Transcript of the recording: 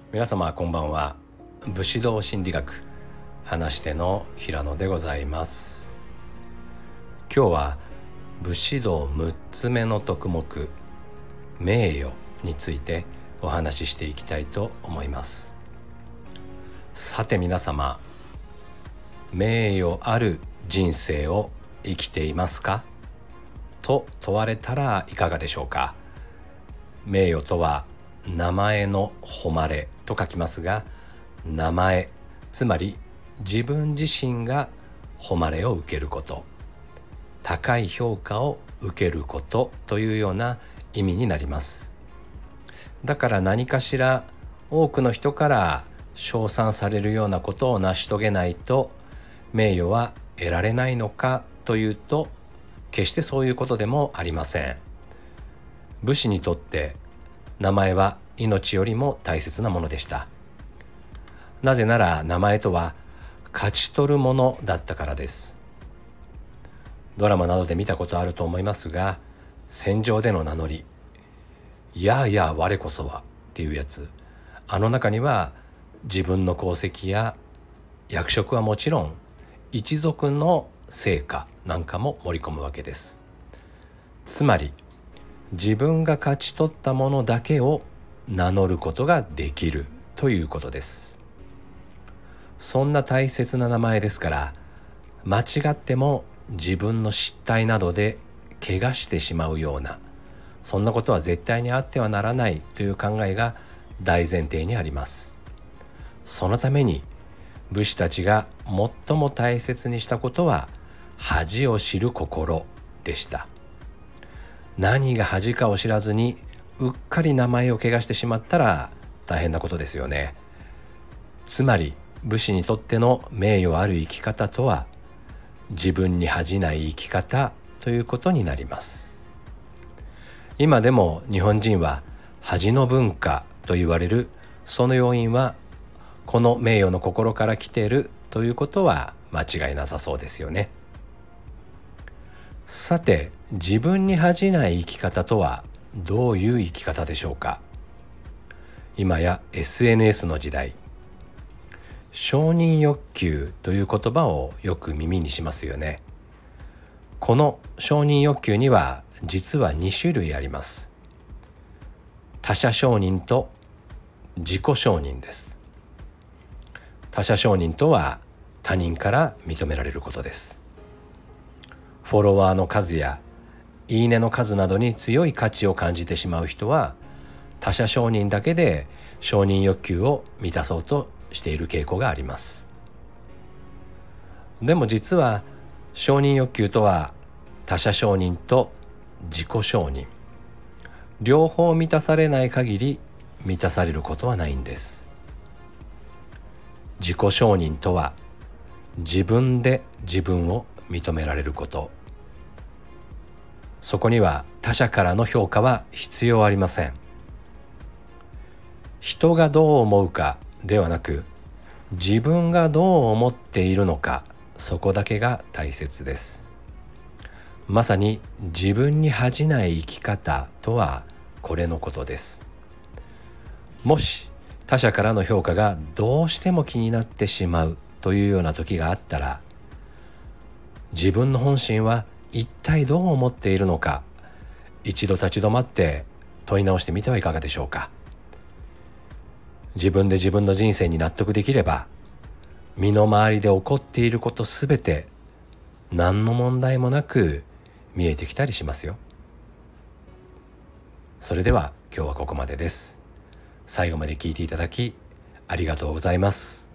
皆様こんばんは。武士道心理学話し手の平野でございます。今日は武士道6つ目の徳目、名誉についてお話ししていきたいと思います。さて皆様、名誉ある人生を生きていますかと問われたらいかがでしょうか。名誉とは名前の誉れと書きますが、名前、つまり自分自身が誉れを受けること、高い評価を受けることというような意味になります。だから何かしら多くの人から称賛されるようなことを成し遂げないと名誉は得られないのかというと、決してそういうことでもありません。武士にとって名前は命よりも大切なものでした。なぜなら名前とは勝ち取るものだったからです。ドラマなどで見たことあると思いますが、戦場での名乗り、やあやあ我こそはっていうやつ、あの中には自分の功績や役職はもちろん一族の成果なんかも盛り込むわけです。つまり自分が勝ち取ったものだけを名乗ることができるということです。そんな大切な名前ですから、間違っても自分の失態などで怪我してしまうような、そんなことは絶対にあってはならないという考えが大前提にあります。そのために武士たちが最も大切にしたことは恥を知る心でした。何が恥かを知らずにうっかり名前を汚してしまったら大変なことですよね。つまり武士にとっての名誉ある生き方とは、自分に恥じない生き方ということになります。今でも日本人は恥の文化と言われる、その要因はこの名誉の心から来ているということは間違いなさそうですよね。さて、自分に恥じない生き方とはどういう生き方でしょうか。今や SNS の時代、承認欲求という言葉をよく耳にしますよね。この承認欲求には実は2種類あります。他者承認と自己承認です。他者承認とは他人から認められることです。フォロワーの数やいいねの数などに強い価値を感じてしまう人は、他者承認だけで承認欲求を満たそうとしている傾向があります。でも実は承認欲求とは他者承認と自己承認、両方満たされない限り満たされることはないんです。自己承認とは自分で自分を認められること。そこには他者からの評価は必要ありません。人がどう思うかではなく、自分がどう思っているのか、そこだけが大切です。まさに自分に恥じない生き方とはこれのことです。もし他者からの評価がどうしても気になってしまうというような時があったら、自分の本心は一体どう思っているのか、一度立ち止まって問い直してみてはいかがでしょうか。自分で自分の人生に納得できれば、身の回りで起こっていることすべて何の問題もなく見えてきたりしますよ。それでは今日はここまでです。最後まで聞いていただきありがとうございます。